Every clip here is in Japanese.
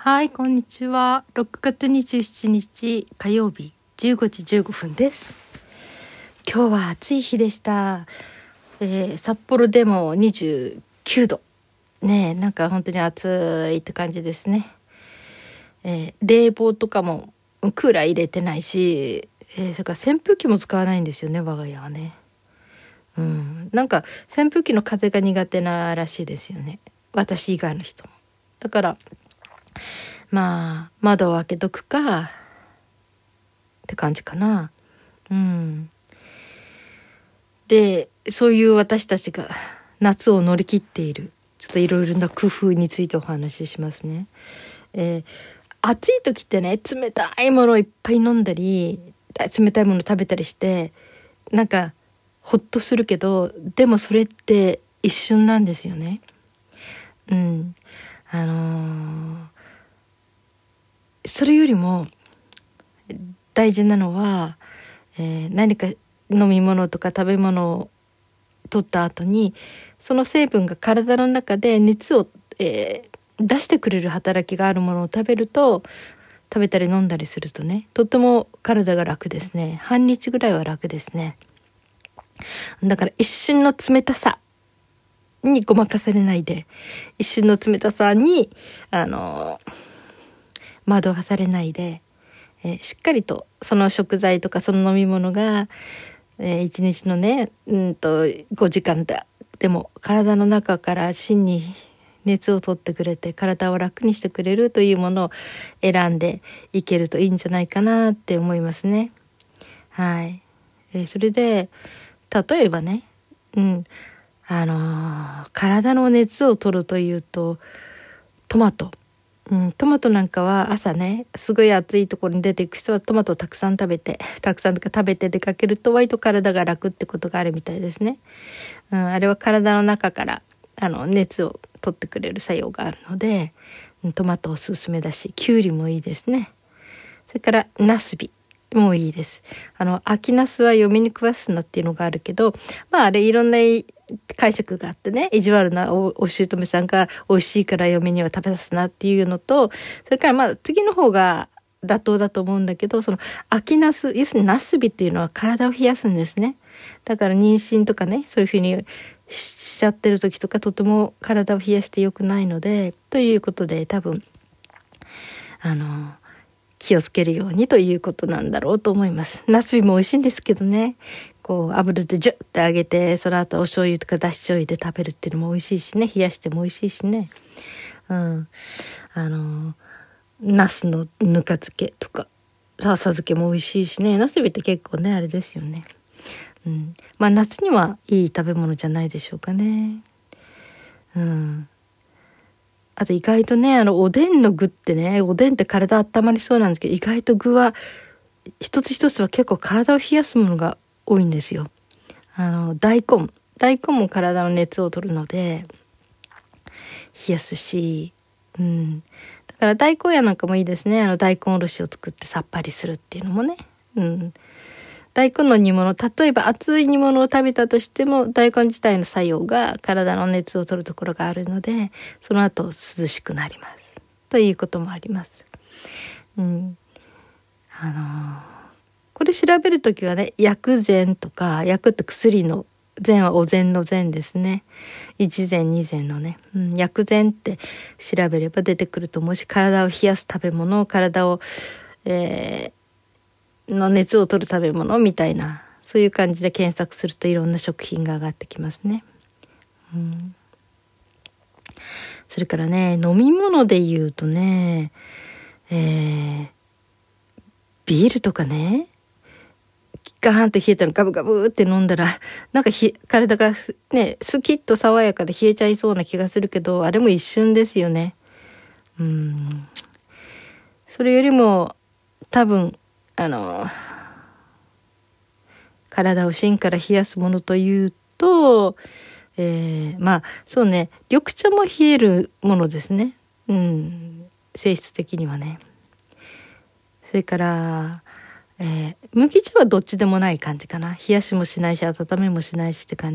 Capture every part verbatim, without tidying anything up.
はい、こんにちは。ろくがつにじゅうしちにち火曜日じゅうごじじゅうごふんです。今日は暑い日でした。えー、札幌でもにじゅうきゅうどねえ、なんか本当に暑いって感じですね。えー、冷房とかもクーラー入れてないし、えー、それから扇風機も使わないんですよね、我が家はね。うん、なんか扇風機の風が苦手ならしいですよね、私以外の人も。だからまあ窓を開けとくかって感じかな。うん。で、そういう私たちが夏を乗り切っているちょっといろいろな工夫についてお話ししますね。えー、暑い時ってね、冷たいものをいっぱい飲んだり冷たいもの食べたりしてなんかほっとするけど、でもそれって一瞬なんですよね。うん。あのー、それよりも大事なのは、えー、何か飲み物とか食べ物を取った後にその成分が体の中で熱を、えー、出してくれる働きがあるものを食べると、食べたり飲んだりするとね、とっても体が楽ですね。半日ぐらいは楽ですね。だから一瞬の冷たさにごまかされないで、一瞬の冷たさにあの惑わされないで、えー、しっかりとその食材とかその飲み物が、えー、一日のね、うんとごじかんででも体の中から芯に熱を取ってくれて体を楽にしてくれるというものを選んでいけるといいんじゃないかなって思いますね。はい。えー、それで例えばね、うんあのー、体の熱を取るというとトマト、うん、トマトなんかは朝ね、すごい暑いところに出ていく人はトマトをたくさん食べてたくさんとか食べて出かけると割と体が楽ってことがあるみたいですね。うん、あれは体の中からあの熱を取ってくれる作用があるので、トマトおすすめだし、きゅうりもいいですね。それからナスビもういいです。あの秋ナスは嫁に食わすなっていうのがあるけど、まああれいろんな解釈があってね、意地悪な お, お姑さんが美味しいから嫁には食べさすなっていうのと、それからまあ次の方が妥当だと思うんだけど、その秋ナス、要するにナスビっていうのは体を冷やすんですね。だから妊娠とかね、そういうふうにしちゃってる時とかとても体を冷やして良くないので、ということで多分あの気をつけるようにということなんだろうと思います。ナスビも美味しいんですけどね、こう油でジュッて揚げて、その後お醤油とかだし醤油で食べるっていうのも美味しいしね、冷やしても美味しいしね。うん、あのナスのぬか漬けとか浅漬けも美味しいしね。ナスビって結構ねあれですよね。うん、まあ夏にはいい食べ物じゃないでしょうかね。うん。あと意外とね、あのおでんの具ってね、おでんって体温まりそうなんですけど、意外と具は一つ一つは結構体を冷やすものが多いんですよ。あの大根大根も体の熱を取るので冷やすし、うん、だから大根屋なんかもいいですね。あの大根おろしを作ってさっぱりするっていうのもね、うん、大根の煮物、例えば熱い煮物を食べたとしても大根自体の作用が体の熱を取るところがあるので、その後涼しくなりますということもあります。うん、あのー、これ調べるときはね、薬膳とか、薬って薬の膳はお膳の膳ですね。一膳二膳のね、うん、薬膳って調べれば出てくると思うし、体を冷やす食べ物、体を、えー、の熱を取る食べ物みたいな、そういう感じで検索するといろんな食品が上がってきますね。うん、それからね、飲み物で言うとね、えー、ビールとかね、ガーンと冷えたのガブガブって飲んだらなんかひ体がねスキッと爽やかで冷えちゃいそうな気がするけど、あれも一瞬ですよね。うん、それよりも多分あの体を芯から冷やすものというと、えー、まあそうね、緑茶も冷えるものですね。うん、性質的にはね。それからえー、麦茶はどっちでもない感じかな。冷やしもしないし温めもしないしって感じ。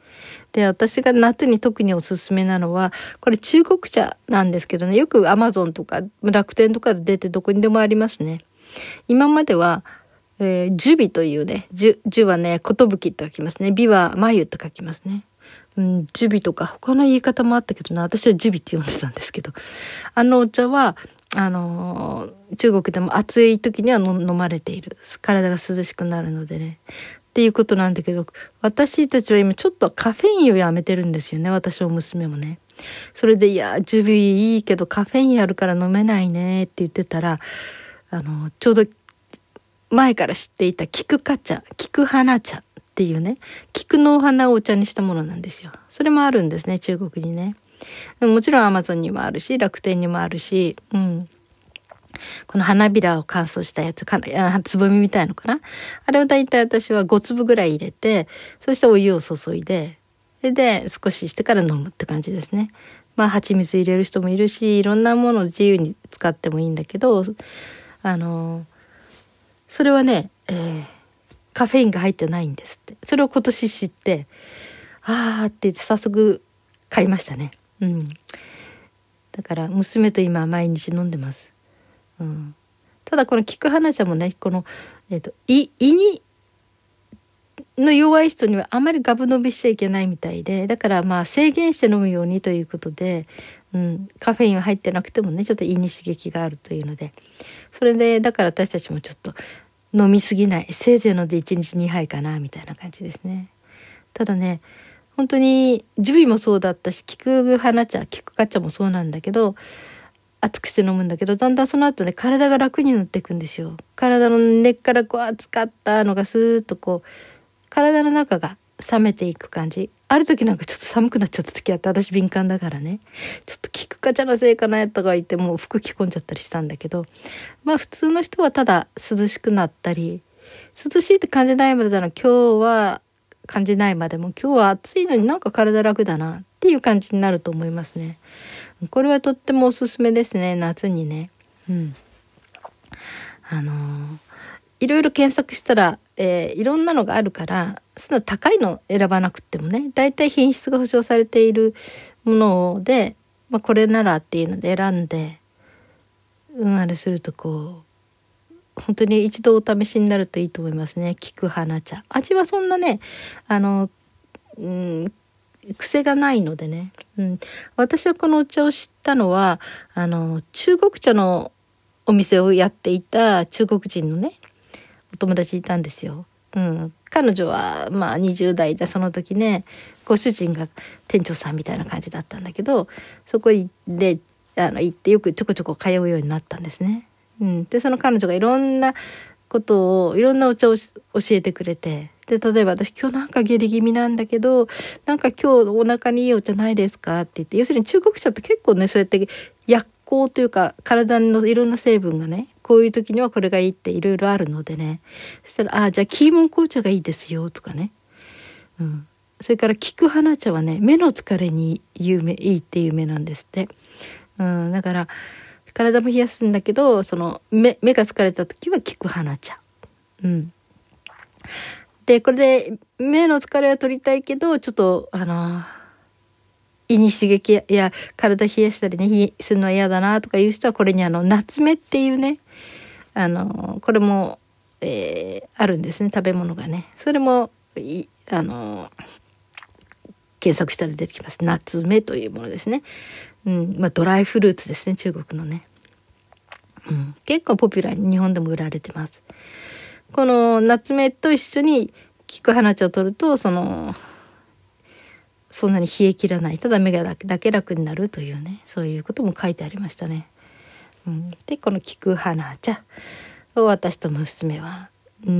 で、私が夏に特におすすめなのは、これ中国茶なんですけどね、よくアマゾンとか楽天とかで出てどこにでもありますね。今までは、えー、樹美というね、樹、樹はね、寿って書きますね。美は眉って書きますね。うん、樹美とか他の言い方もあったけどな、私は樹美って呼んでたんですけど、あのお茶は、あのー、中国でも暑い時には飲まれている。体が涼しくなるのでね。っていうことなんだけど、私たちは今ちょっとカフェインをやめてるんですよね。私も娘もね。それで、いや、ジュビいいけどカフェインあるから飲めないねって言ってたら、あの、ちょうど前から知っていた菊花茶、菊花茶っていうね、菊のお花をお茶にしたものなんですよ。それもあるんですね、中国にね。もちろんアマゾンにもあるし、楽天にもあるし、うん。この花びらを乾燥したやつ、かつぼみみたいのかな。あれをだいたい私はご粒ぐらい入れて、そしてお湯を注いで、で、で少ししてから飲むって感じですね。まあ、蜂蜜入れる人もいるし、いろんなものを自由に使ってもいいんだけど、あの、それはね、えー、カフェインが入ってないんですって。それを今年知って、あーって言って早速買いましたね。うん。だから娘と今毎日飲んでます。うん、ただこの菊花茶もね、この、えーと、胃、胃にの弱い人にはあまりガブ飲みしちゃいけないみたいで、だからまあ制限して飲むようにということで、うん、カフェインは入ってなくてもね、ちょっと胃に刺激があるというので、それでだから私たちもちょっと飲みすぎない、せいぜいのでいちにちにはいかなみたいな感じですね。ただね、本当にジュビもそうだったし、菊花茶、菊花茶もそうなんだけど、熱くして飲むんだけど、だんだんその後ね、体が楽になっていくんですよ。体の根っからこう熱かったのがスーッとこう体の中が冷めていく感じ。ある時なんかちょっと寒くなっちゃった時あって、私敏感だからね、ちょっと菊花茶のせいかなとか言ってもう服着込んじゃったりしたんだけど、まあ普通の人はただ涼しくなったり、涼しいって感じないまでだな、今日は感じないまでも今日は暑いのになんか体楽だなっていう感じになると思いますね。これはとってもおすすめですね、夏にね。うん。あのー、いろいろ検索したら、えー、いろんなのがあるから、その高いの選ばなくってもね、だいたい品質が保証されているもので、まあ、これならっていうので選んで、うん、あれするとこう、本当に一度お試しになるといいと思いますね。菊花茶。味はそんなね、あの、うん、癖がないのでね、うん、私はこのお茶を知ったのはあの中国茶のお店をやっていた中国人のねお友達いたんですよ。うん、彼女はまあにじゅう代でその時ね、ご主人が店長さんみたいな感じだったんだけど、そこであの行ってよくちょこちょこ通うようになったんですね。うん、でその彼女がいろんなことをいろんなお茶を教えてくれて、で例えば私今日なんか下痢気味なんだけど、なんか今日お腹にいいお茶ないですかって言って、要するに中国茶って結構ねそうやって薬効というか体のいろんな成分がね、こういう時にはこれがいいっていろいろあるのでね、そしたらあじゃあキーモン紅茶がいいですよとかね、うん、それから菊花茶はね目の疲れに有名いいって有名なんですって、うん、だから体も冷やすんだけど、その 目, 目が疲れた時は菊花茶、うん、でこれで目の疲れは取りたいけどちょっとあの胃に刺激や体冷やしたりねするのは嫌だなとかいう人はこれにあの夏目っていうね、あのこれも、えー、あるんですね、食べ物がね。それもいあの検索したら出てきます。夏目というものですね。うんまあ、ドライフルーツですね、中国のね。うん、結構ポピュラーに日本でも売られてます。この夏目と一緒に菊花茶を取るとそのそんなに冷え切らない、ただ目がだけだけ楽になるというね、そういうことも書いてありましたね。うん、でこの菊花茶を私と娘は、うん、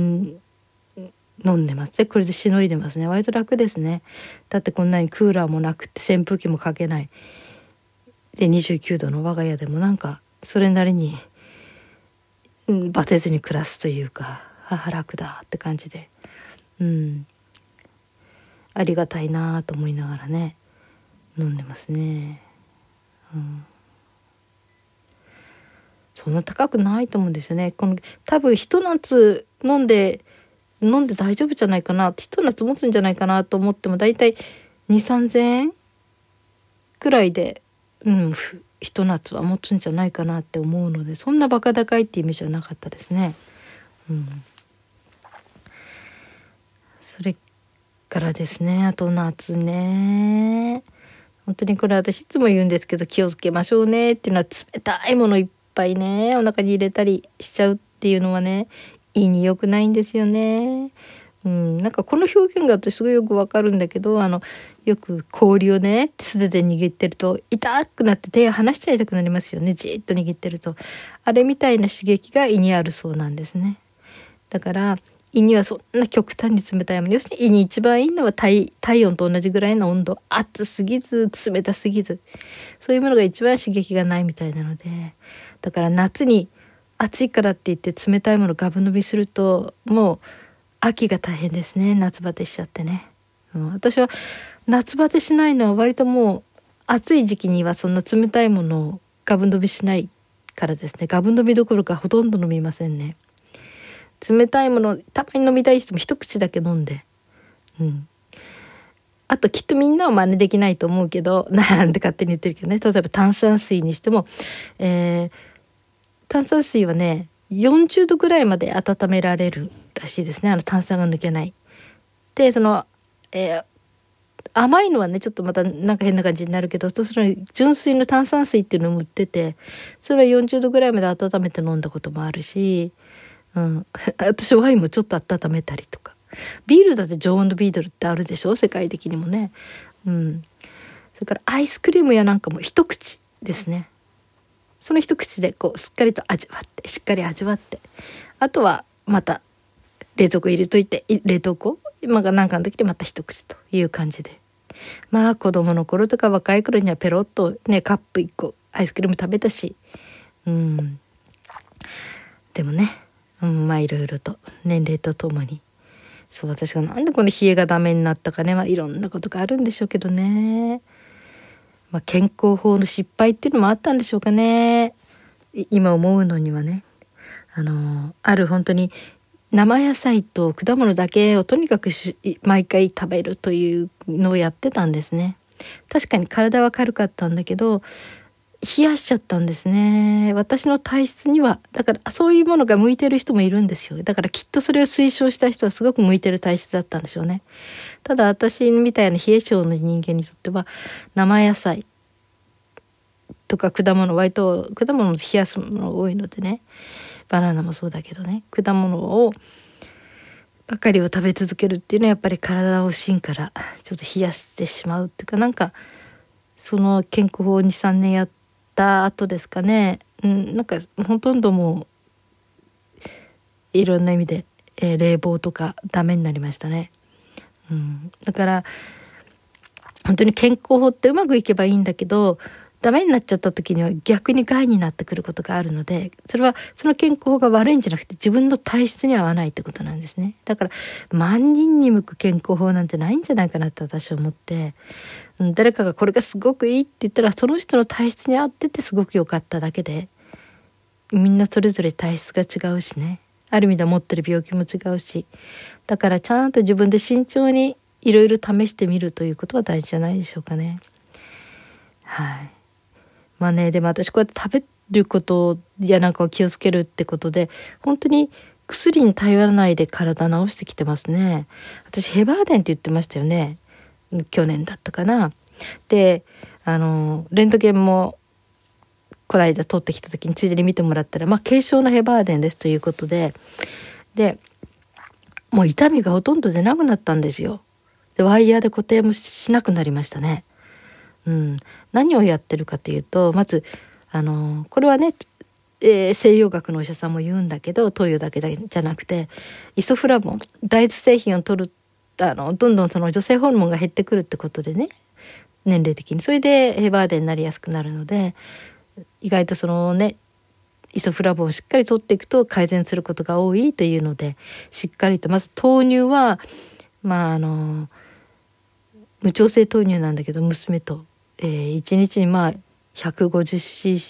飲んでます。でこれでしのいでますね。割と楽ですね。だってこんなにクーラーもなくて扇風機もかけないでにじゅうきゅうどの我が家でもなんかそれなりに、うん、バテずに暮らすというか、あ楽だって感じで、うん、ありがたいなと思いながらね飲んでますね。うん、そんな高くないと思うんですよね。この多分ひと夏飲んで飲んで大丈夫じゃないかな、一夏持つんじゃないかなと思ってもだいたいにせんさんぜんえんくらいで、うん、一夏は持つんじゃないかなって思うので、そんなバカ高いってイメージはなかったですね。うん、それからですね、あと夏ね、本当にこれ私いつも言うんですけど、気をつけましょうねっていうのは、冷たいものいっぱいねお腹に入れたりしちゃうっていうのはね、胃に良くないんですよね。うん、なんかこの表現が私すごいよくわかるんだけど、あのよく氷をね素手で握ってると痛くなって手を離しちゃいたくなりますよね、じーっと握ってると。あれみたいな刺激が胃にあるそうなんですね。だから胃にはそんな極端に冷たいもの、要するに胃に一番いいのは 体, 体温と同じぐらいの温度、熱すぎず冷たすぎず、そういうものが一番刺激がないみたいなので、だから夏に暑いからって言って冷たいものガブ飲みすると、もう秋が大変ですね。夏バテしちゃってね、うん、私は夏バテしないのは割ともう暑い時期にはそんな冷たいものをガブ飲みしないからですね。ガブ飲みどころかほとんど飲みませんね。冷たいものたまに飲みたい人も一口だけ飲んで、うん、あときっとみんなは真似できないと思うけど、なんで勝手に言ってるけどね、例えば炭酸水にしても、えー、炭酸水はねよんじゅうどぐらいまで温められるらしいですね。あの炭酸が抜けない。でその、えー、甘いのはねちょっとまたなんか変な感じになるけど、その純粋の炭酸水っていうのも売ってて、それはよんじゅうどぐらいまで温めて飲んだこともあるし、うん、私ワインもちょっと温めたりとか、ビールだって常温のビールってあるでしょ、世界的にもね。うん、それからアイスクリームやなんかも一口ですね。その一口でこうすっかりと味わってしっかり味わって、あとはまた冷蔵庫入れといて、冷凍庫今が何かの時にまた一口という感じで、まあ子供の頃とか若い頃にはペロッとねカップいっこアイスクリーム食べたし、うんでもね、うん、まあいろいろと年齢とともに、そう私がなんでこの冷えがダメになったかね、まあいろんなことがあるんでしょうけどね。まあ、健康法の失敗っていうのもあったんでしょうかね。今思うのにはね、あのある本当に生野菜と果物だけをとにかく毎回食べるというのをやってたんですね。確かに体は軽かったんだけど冷やしちゃったんですね。私の体質にはだからそういうものが向いてる人もいるんですよ。だからきっとそれを推奨した人はすごく向いてる体質だったんでしょうね。ただ私みたいな冷え性の人間にとっては生野菜とか果物、割と果物も冷やすものが多いのでね、バナナもそうだけどね、果物をばかりを食べ続けるっていうのはやっぱり体を芯からちょっと冷やしてしまうっていうか、なんかその健康法にさんねんやった後ですかね、うん、なんかほとんどもういろんな意味で、えー、冷房とかダメになりましたね。うん、だから本当に健康法ってうまくいけばいいんだけど、ダメになっちゃった時には逆に害になってくることがあるので、それはその健康法が悪いんじゃなくて自分の体質に合わないってことなんですね。だから万人に向く健康法なんてないんじゃないかなって私は思って、うん、誰かがこれがすごくいいって言ったらその人の体質に合っててすごく良かっただけで、みんなそれぞれ体質が違うしね、ある意味では持ってる病気も違うし、だからちゃんと自分で慎重にいろいろ試してみるということは大事じゃないでしょうかね。はい。まあね、でも私こうやって食べることやなんかを気をつけるってことで本当に薬に頼らないで体治してきてますね。私ヘバーデンって言ってましたよね、去年だったかな。であのレントゲンもこの間取ってきた時についでに見てもらったら、まあ軽症のヘバーデンですということで、でもう痛みがほとんど出なくなったんですよ。でワイヤーで固定もしなくなりましたね。うん、何をやってるかというと、まずあのこれはね、えー、西洋学のお医者さんも言うんだけど、東洋だけじゃなくてイソフラボン、大豆製品を取るあのどんどんその女性ホルモンが減ってくるってことでね、年齢的にそれでヘバーデンになりやすくなるので、意外とそのねイソフラボンをしっかり取っていくと改善することが多いというので、しっかりとまず豆乳はまああの無調整豆乳なんだけど娘と、えー、いちにちにまあ ひゃくごじゅっシーシー ぐ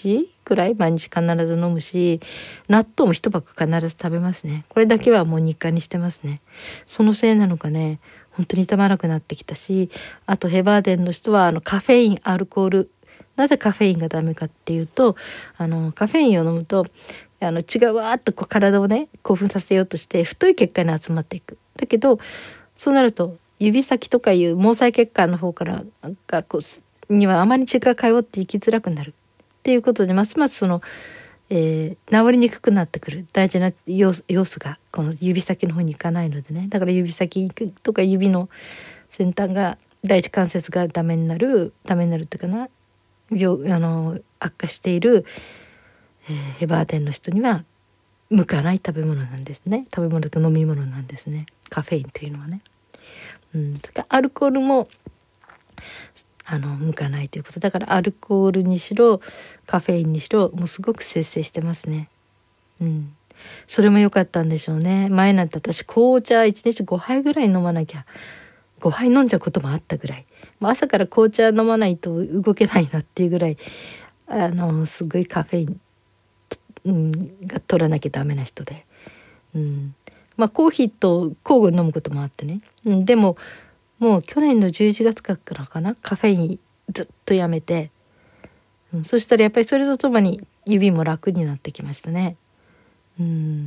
くらい毎日必ず飲むし、納豆も一箱必ず食べますね。これだけはもう日課にしてますね。そのせいなのかね、本当に痛まなくなってきたし、あとヘバーデンの人はあのカフェイン、アルコール、なぜカフェインがダメかっていうと、あのカフェインを飲むとあの血がわーっとこう体をね興奮させようとして太い血管に集まっていく。だけどそうなると指先とかいう毛細血管の方からがこうにはあまり血が通っていきづらくなるっていうことで、ますますその、えー、治りにくくなってくる大事な要素、要素がこの指先の方に行かないのでね。だから指先とか指の先端が第一関節がダメになるダメになるっていうかな、病あの悪化している、えー、ヘバーデンの人には向かない食べ物なんですね。食べ物とか飲み物なんですね、カフェインというのはね。うん、それからアルコールもあの向かないということだから、アルコールにしろカフェインにしろもうすごく節制してますね。うん、それも良かったんでしょうね。前なんて私紅茶いちにちごはいぐらい飲まなきゃ、ごはい飲んじゃうこともあったぐらい、朝から紅茶飲まないと動けないなっていうぐらい、あのすごいカフェイン、うん、が取らなきゃダメな人で、うん、まあコーヒーと交互に飲むこともあってね、うん、でももう去年のじゅういちがつからかな、カフェインずっとやめて、うん、そしたらやっぱりそれとともに指も楽になってきましたね。うん、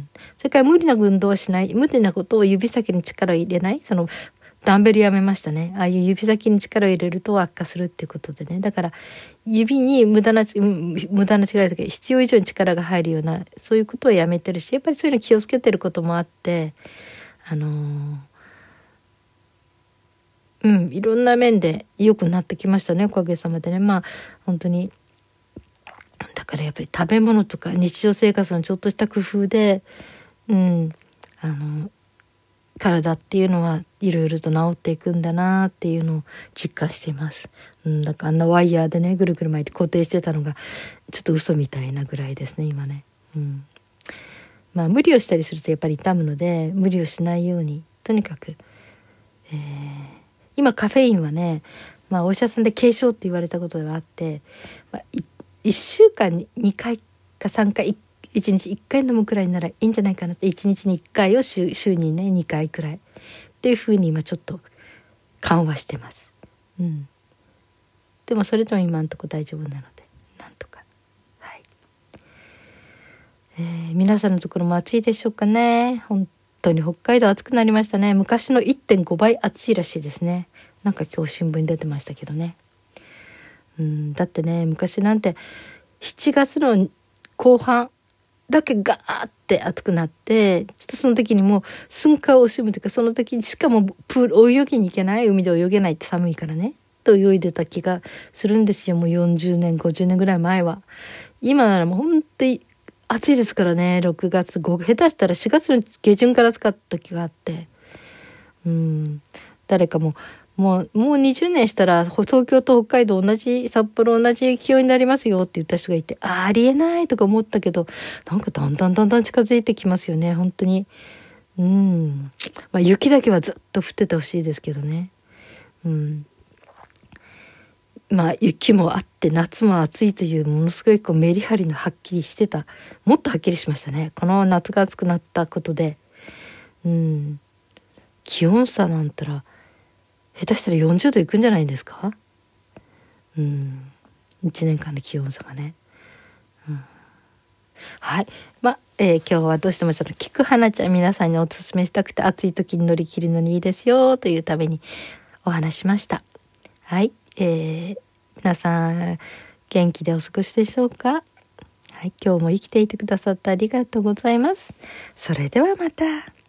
それから無理な運動はしない、無理なことを指先に力を入れない、そのダンベルやめましたね。ああいう指先に力を入れると悪化するっていうことでね。だから指に無駄な無駄な力とか必要以上に力が入るようなそういうことをやめてるし、やっぱりそういうの気をつけてることもあって、あのー、うんいろんな面で良くなってきましたね、おかげさまでね。まあ本当にだからやっぱり食べ物とか日常生活のちょっとした工夫で、うんあの体っていうのはいろいろと治っていくんだなっていうのを実感しています。うん、だからあんなワイヤーでねぐるぐる巻いて固定してたのがちょっと嘘みたいなぐらいですね今ね。うん、まあ無理をしたりするとやっぱり痛むので無理をしないようにとにかく、えー、今カフェインはね、まあ、お医者さんで軽症って言われたことがあって、まあ、いいっしゅうかんににかいかさんかいいちにちいっかい飲むくらいならいいんじゃないかなって、いちにちにいっかいを 週, 週にねにかいくらいっていうふうに今ちょっと緩和してます。うん、でもそれでも今のところ大丈夫なのでなんとか、はいえー、皆さんのところも暑いでしょうかね。本当に北海道暑くなりましたね。昔の いってんご 倍暑いらしいですね。なんか今日新聞に出てましたけどね。うん、だってね昔なんてしちがつの後半だけガーって暑くなって、ちょっとその時にもう寸暇を惜しむというか、その時にしかもプール泳ぎに行けない、海で泳げないって寒いからねと泳いでた気がするんですよ。もうよんじゅうねんごじゅうねんぐらい前は。今ならもう本当に暑いですからね。ろくがつご下手したらしがつの下旬から暑かった時があって、うん誰かももうもうにじゅうねんしたら東京と北海道同じ札幌同じ気温になりますよって言った人がいて、 あ, ありえないとか思ったけど、なんかだんだんだんだん近づいてきますよね本当に。うんまあ雪だけはずっと降っててほしいですけどね。うんまあ雪もあって夏も暑いというものすごいこうメリハリのはっきりしてた、もっとはっきりしましたねこの夏が暑くなったことで。うん気温差なんたら下手したらよんじゅうどいくんじゃないんですか。うんいちねんかんの気温差がね。うん、はいまあ、えー、今日はどうしてもその菊花茶皆さんにおすすめしたくて、暑い時に乗り切るのにいいですよというためにお話しました。はい、えー、皆さん元気でお過ごしでしょうか。はい、今日も生きていてくださってありがとうございます。それではまた。